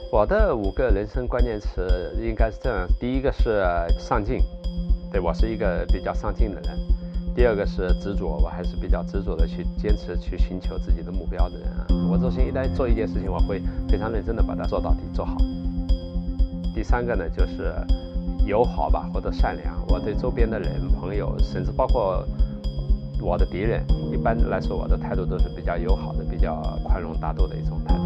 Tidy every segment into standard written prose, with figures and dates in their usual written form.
我的5个人生关键词应该是这样：第一个是上进，对，我是一个比较上进的人；第二个是执着，我还是比较执着的去坚持去寻求自己的目标的人啊。我一旦做一件事情，我会非常认真的把它做到底做好。第三个呢就是友好吧，或者善良。我对周边的人、朋友，甚至包括我的敌人，一般来说我的态度都是比较友好的，比较宽容大度的一种态度。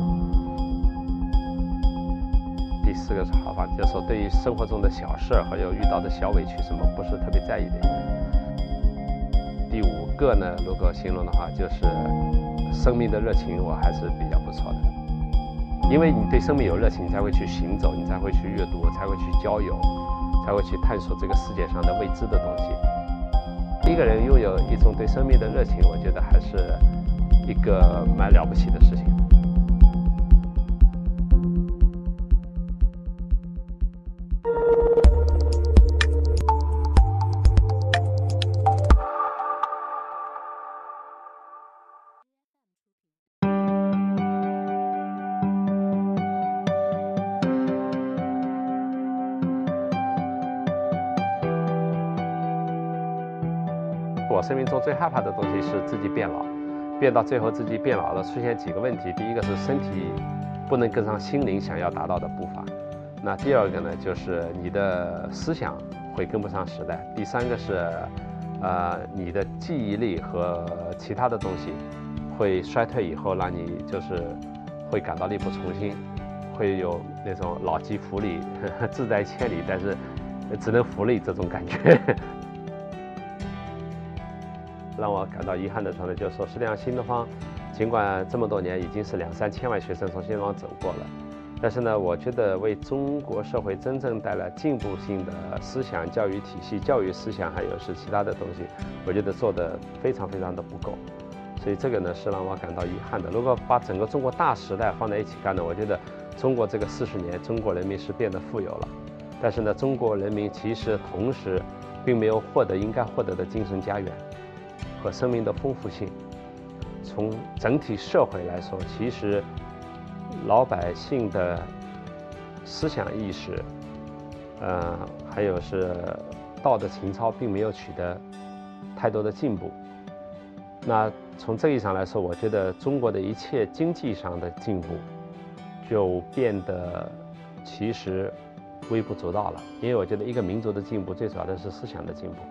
第4个是豪放，就是说对于生活中的小事还有遇到的小委屈什么不是特别在意的一个人。第5个呢，如果形容的话，就是生命的热情，我还是比较不错的。因为你对生命有热情，你才会去行走，你才会去阅读，才会去交友，才会去探索这个世界上的未知的东西。一个人拥有一种对生命的热情，我觉得还是一个蛮了不起的事情。我生命中最害怕的东西是自己变老，变到最后自己变老了，出现几个问题。第一个是身体不能跟上心灵想要达到的步伐，那第二个呢，就是你的思想会跟不上时代。第3个是你的记忆力和其他的东西会衰退以后，让你就是会感到力不从心，会有那种老骥伏枥，志在千里，但是只能浮力这种感觉。让我感到遗憾的时候呢，就是说，实际上新东方尽管这么多年已经是2、3千万学生从新东方走过了，但是呢，我觉得为中国社会真正带来进步性的思想教育体系、教育思想，还有是其他的东西，我觉得做得非常的不够。所以这个呢是让我感到遗憾的。如果把整个中国大时代放在一起看呢，我觉得中国这个40年，中国人民是变得富有了，但是呢，中国人民其实同时并没有获得应该获得的精神家园和生命的丰富性。从整体社会来说，其实老百姓的思想意识，还有是道德情操，并没有取得太多的进步。那从这个意义上来说，我觉得中国的一切经济上的进步就变得其实微不足道了。因为我觉得一个民族的进步，最主要的是思想的进步。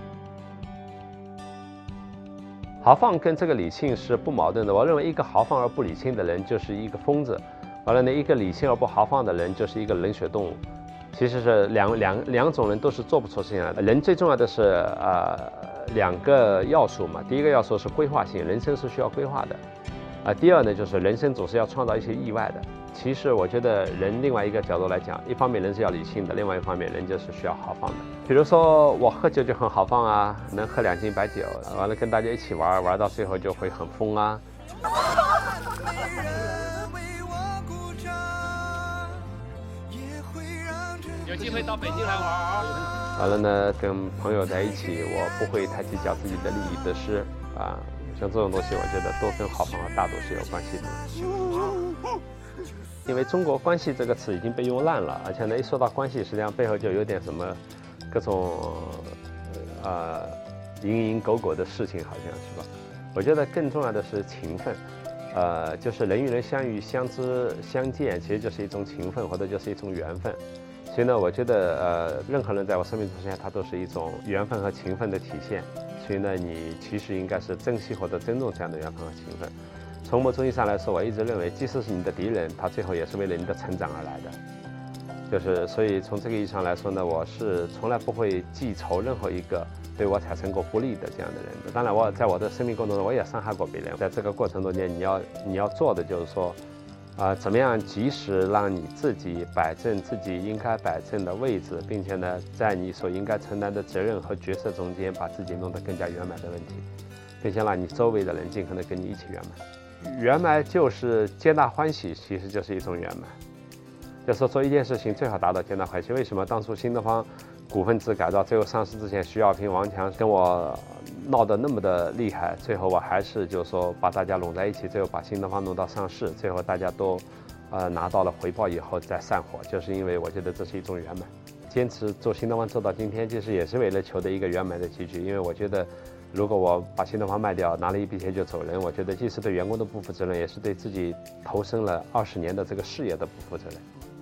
豪放跟这个理性是不矛盾的。我认为一个豪放而不理性的人就是一个疯子，完了呢，一个理性而不豪放的人就是一个冷血动物。其实是两种人都是做不出事情来的。人最重要的是2个要素嘛。第一个要素是规划性，人生是需要规划的。第二呢，就是人生总是要创造一些意外的。其实我觉得人另外一个角度来讲，一方面人是要理性的，另外一方面人就是需要豪放的。比如说我喝酒就很豪放啊，能喝2斤白酒，完了跟大家一起玩到最后就会很疯啊。 有机会到北京来玩啊！ 完了呢，跟朋友在一起，我不会太计较自己的利益得失啊。像这种东西，我觉得都跟豪放和大度是有关系的。因为中国关系这个词已经被用烂了，而且呢，一说到关系，实际上背后就有点什么各种蝇狗苟的事情，好像是吧？我觉得更重要的是情分，就是人与人相遇、相知、相见，其实就是一种情分，或者就是一种缘分。所以呢，我觉得任何人在我生命中出现，它都是一种缘分和情分的体现。所以呢，你其实应该是珍惜或者尊重这样的缘分和情分。从某种意义上来说，我一直认为，即使是你的敌人，他最后也是为了你的成长而来的。所以从这个意义上来说呢，我是从来不会记仇任何一个对我产生过不利的这样的人的。当然，我在我的生命过程中，我也伤害过别人。在这个过程中间，你要做的就是说，怎么样及时让你自己摆正自己应该摆正的位置，并且呢，在你所应该承担的责任和角色中间，把自己弄得更加圆满的问题，并且让你周围的人尽可能跟你一起圆满。圆满就是皆大欢喜，其实就是一种圆满。就是说做一件事情最好达到皆大欢喜。为什么当初新东方股份制改造最后上市之前，徐小平、王强跟我闹得那么的厉害，最后我还是就是说把大家拢在一起，最后把新东方弄到上市，最后大家都拿到了回报以后再散伙，就是因为我觉得这是一种圆满。坚持做新东方做到今天，其实也是为了求得一个圆满的结局。因为我觉得，如果我把新东方卖掉，拿了一笔钱就走人，我觉得既是对员工的不负责任，也是对自己投身了20年的这个事业的不负责任。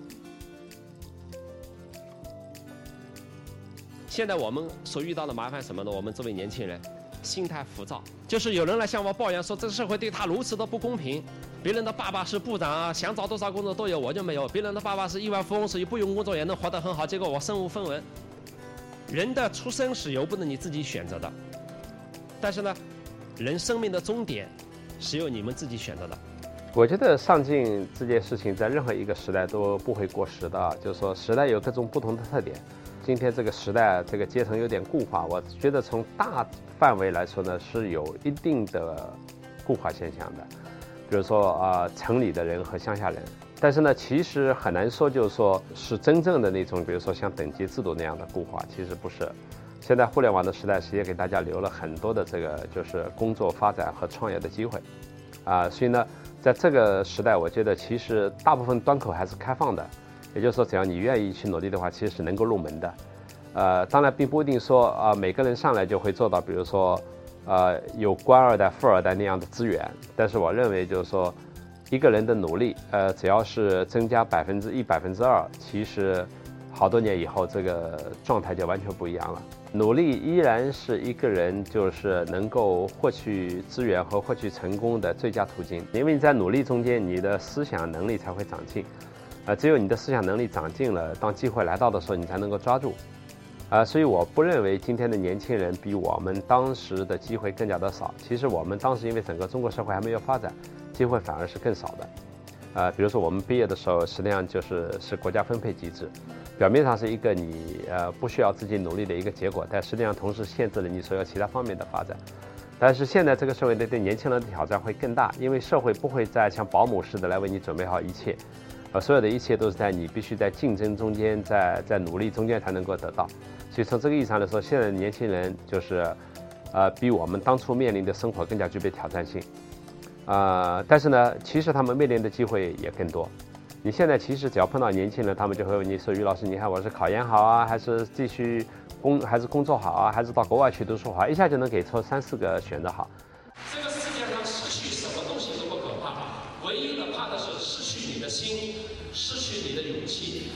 现在我们所遇到的麻烦什么呢？我们这位年轻人心态浮躁，就是有人来向我抱怨说，这个社会对他如此的不公平。别人的爸爸是部长啊，想找多少工作都有，我就没有；别人的爸爸是亿万富翁，所以不用工作也能活得很好，结果我身无分文。人的出生是由不能你自己选择的，但是呢，人生命的终点是由你们自己选择的。 我觉得上进这件事情在任何一个时代都不会过时的，就是说时代有各种不同的特点。今天这个时代，这个阶层有点固化，我觉得从大范围来说呢，是有一定的固化现象的。比如说城里的人和乡下人，但是呢，其实很难说，就是说是真正的那种，比如说像等级制度那样的固化，其实不是。现在互联网的时代，实际给大家留了很多的这个就是工作发展和创业的机会，所以呢，在这个时代，我觉得其实大部分端口还是开放的。也就是说，只要你愿意去努力的话，其实是能够入门的。当然并不一定说每个人上来就会做到，比如说有官二代、富二代那样的资源。但是我认为就是说，一个人的努力，只要是增加1%、2%，其实好多年以后这个状态就完全不一样了。努力依然是一个人就是能够获取资源和获取成功的最佳途径，因为你在努力中间，你的思想能力才会长进。只有你的思想能力长进了，当机会来到的时候，你才能够抓住。所以我不认为今天的年轻人比我们当时的机会更加的少。其实我们当时因为整个中国社会还没有发展，机会反而是更少的。比如说我们毕业的时候，实际上是国家分配机制，表面上是一个你不需要自己努力的一个结果，但实际上同时限制了你所有其他方面的发展。但是现在这个社会对年轻人的挑战会更大，因为社会不会再像保姆似的来为你准备好一切。所有的一切都是在你必须在竞争中间，在努力中间才能够得到。所以从这个意义上来说，现在的年轻人就是比我们当初面临的生活更加具备挑战性。但是呢，其实他们面临的机会也更多。你现在其实只要碰到年轻人，他们就会问你说：“于老师，你看我是考研好啊，还是继续还是工作好啊，还是到国外去读书好？”一下就能给出3、4个选择好。 这个世界上失去什么东西都不可怕，唯一的怕的是失去你的心，失去你的勇气。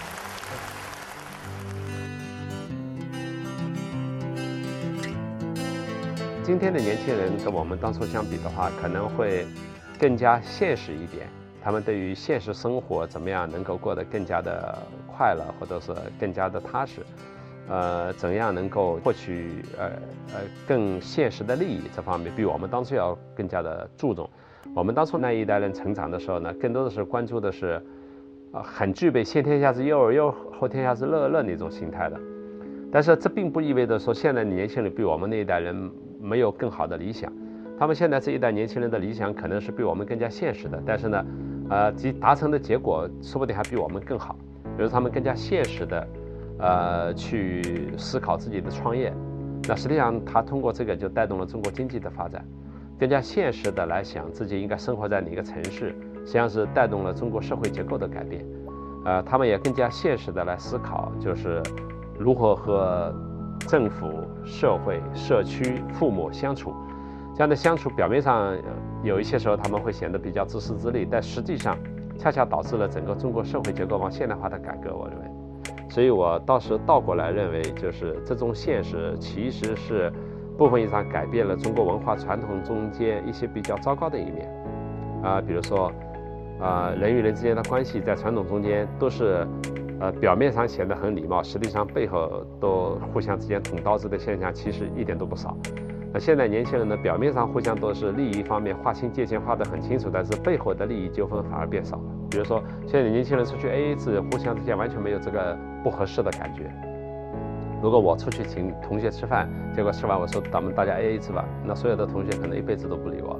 今天的年轻人跟我们当初相比的话，可能会更加现实一点。他们对于现实生活怎么样能够过得更加的快乐，或者是更加的踏实，怎样能够获取更现实的利益，这方面比我们当初要更加的注重。我们当初那一代人成长的时候呢，更多的是关注的是很具备先天下之忧而忧，后天下之乐而乐那种心态的。但是这并不意味着说现在的年轻人比我们那一代人没有更好的理想。他们现在这一代年轻人的理想可能是比我们更加现实的，但是呢，达成的结果说不定还比我们更好。比如他们更加现实的去思考自己的创业，那实际上他通过这个就带动了中国经济的发展。更加现实的来想自己应该生活在哪个城市，实际上是带动了中国社会结构的改变。他们也更加现实的来思考，就是如何和政府、社会、社区、父母相处。这样的相处，表面上有一些时候他们会显得比较自私自利，但实际上恰恰导致了整个中国社会结构往现代化的改革。我认为，所以我倒过来认为，就是这种现实其实是部分意义上改变了中国文化传统中间一些比较糟糕的一面。比如说人与人之间的关系在传统中间都是表面上显得很礼貌，实际上背后都互相之间捅刀子的现象其实一点都不少。那现在年轻人呢，表面上互相都是利益方面划清界限划得很清楚，但是背后的利益纠纷反而变少了。比如说现在的年轻人出去 AA 制，互相之间完全没有这个不合适的感觉。如果我出去请同学吃饭，结果吃完我说咱们大家 AA 制吧，那所有的同学可能一辈子都不理我了。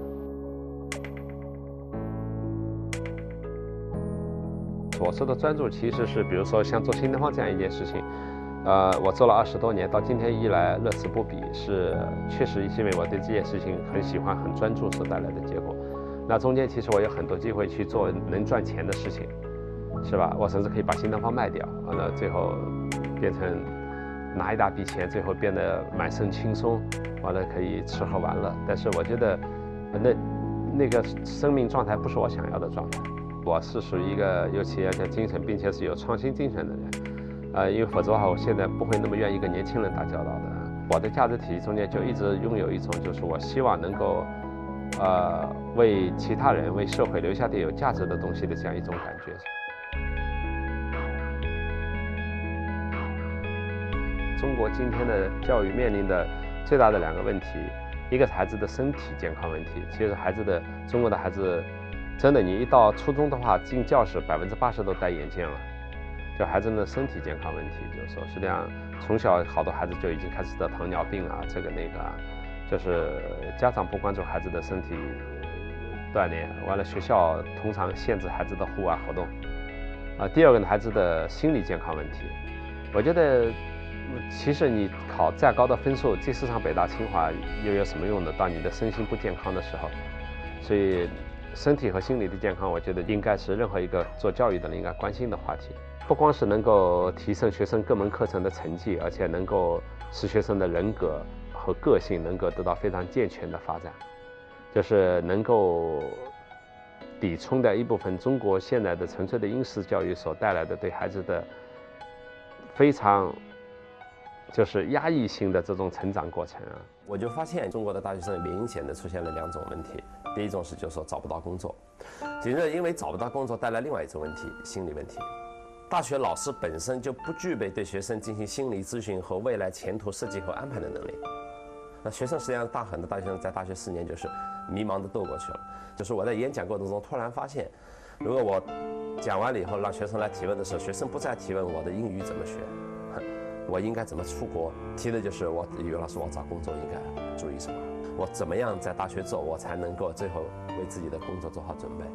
我说的专注其实是比如说像做新东方这样一件事情，我做了20多年，到今天依然乐此不疲，是确实因为我对这件事情很喜欢、很专注所带来的结果。 那中间其实我有很多机会去做能赚钱的事情，是吧？我甚至可以把新东方卖掉，完了最后变成拿一大笔钱，最后变得满身轻松，完了可以吃喝玩乐。但是我觉得那个生命状态不是我想要的状态。我是属于一个有企业家精神并且是有创新精神的人，因为否则的话我现在不会那么愿意跟年轻人打交道的。我的价值体系中间就一直拥有一种，就是我希望能够为其他人为社会留下点有价值的东西的这样一种感觉。中国今天的教育面临的最大的2个问题，一个是孩子的身体健康问题。其实中国的孩子真的，你一到初中的话，进教室80%都戴眼镜了。就孩子的身体健康问题，就是说实际上从小好多孩子就已经开始得糖尿病啊，这个那个啊，就是家长不关注孩子的身体锻炼，完了学校通常限制孩子的户外活动。第2个呢，孩子的心理健康问题。我觉得其实你考再高的分数，即使上北大清华又有什么用呢？当你的身心不健康的时候，所以身体和心理的健康，我觉得应该是任何一个做教育的人应该关心的话题。不光是能够提升学生各门课程的成绩，而且能够使学生的人格和个性能够得到非常健全的发展，就是能够抵冲掉一部分中国现在的纯粹的应试教育所带来的对孩子的非常就是压抑性的这种成长过程啊。 我就发现中国的大学生明显的出现了2种问题。第一种是就是说找不到工作，紧接着因为找不到工作带来另外一种问题，心理问题。大学老师本身就不具备对学生进行心理咨询和未来前途设计和安排的能力。那学生实际上很多大学生在大学4年就是迷茫的度过去了。就是我在演讲过程中突然发现，如果我讲完了以后让学生来提问的时候，学生不再提问我的英语怎么学，我应该怎么出国，提的就是语文老师我找工作应该注意什么，我怎么样在大学做，我才能够最后为自己的工作做好准备。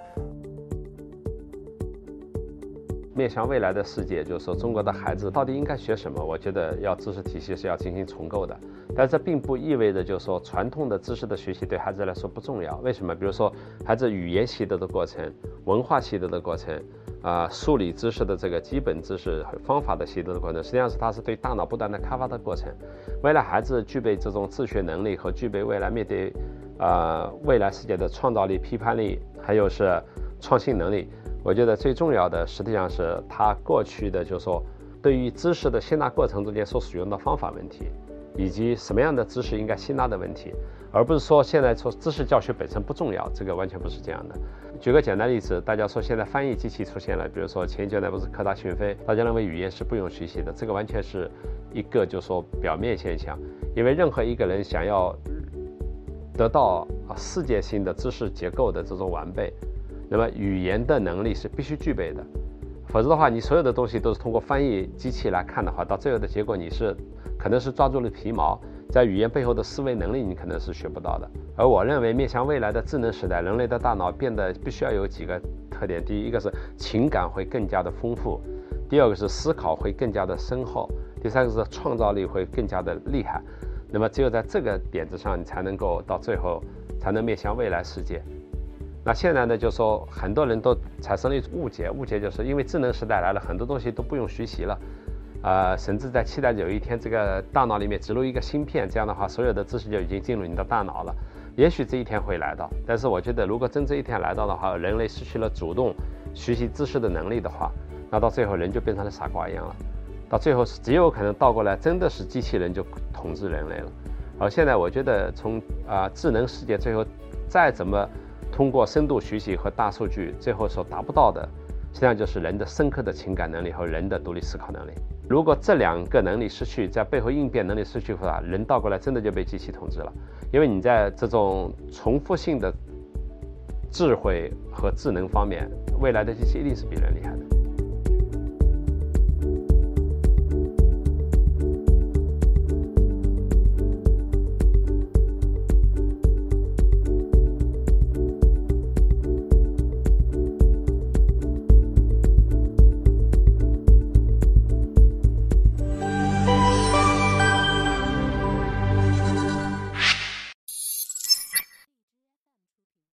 面向未来的世界，就是说中国的孩子到底应该学什么？我觉得知识体系是要进行重构的，但这并不意味着就是说传统的知识的学习对孩子来说不重要。为什么？比如说孩子语言习得的过程、文化习得的过程、数理知识的这个基本知识方法的习得的过程，实际上它是对大脑不断的开发的过程。未来孩子具备这种自学能力和具备未来面对未来世界的创造力、批判力，还有是创新能力。我觉得最重要的实际上是他过去的就是说对于知识的吸纳过程中间所使用的方法问题，以及什么样的知识应该吸纳的问题，而不是说现在说知识教学本身不重要，这个完全不是这样的。举个简单例子，大家说现在翻译机器出现了，比如说前一阶段不是科大讯飞，大家认为语言是不用学习的，这个完全是一个就是说表面现象。因为任何一个人想要得到世界性的知识结构的这种完备，那么语言的能力是必须具备的，否则的话你所有的东西都是通过翻译机器来看的话，到最后的结果你是可能是抓住了皮毛，在语言背后的思维能力你可能是学不到的。而我认为面向未来的智能时代，人类的大脑变得必须要有几个特点。第一个是情感会更加的丰富，第2个是思考会更加的深厚，第3个是创造力会更加的厉害。那么只有在这个点子上，你才能够到最后才能面向未来世界。那现在呢，就是说很多人都产生了一种误解就是因为智能时代来了，很多东西都不用学习了，甚至在期待着有一天这个大脑里面植入一个芯片，这样的话所有的知识就已经进入你的大脑了。也许这一天会来到，但是我觉得如果真这一天来到的话，人类失去了主动学习知识的能力的话，那到最后人就变成了傻瓜一样了，到最后只有可能倒过来真的是机器人就统治人类了。而现在我觉得从智能世界最后再怎么通过深度学习和大数据，最后所达不到的，实际上就是人的深刻的情感能力和人的独立思考能力。如果这2个能力失去，在背后应变能力失去的话，人倒过来真的就被机器统治了。因为你在这种重复性的智慧和智能方面，未来的机器一定是比人厉害的。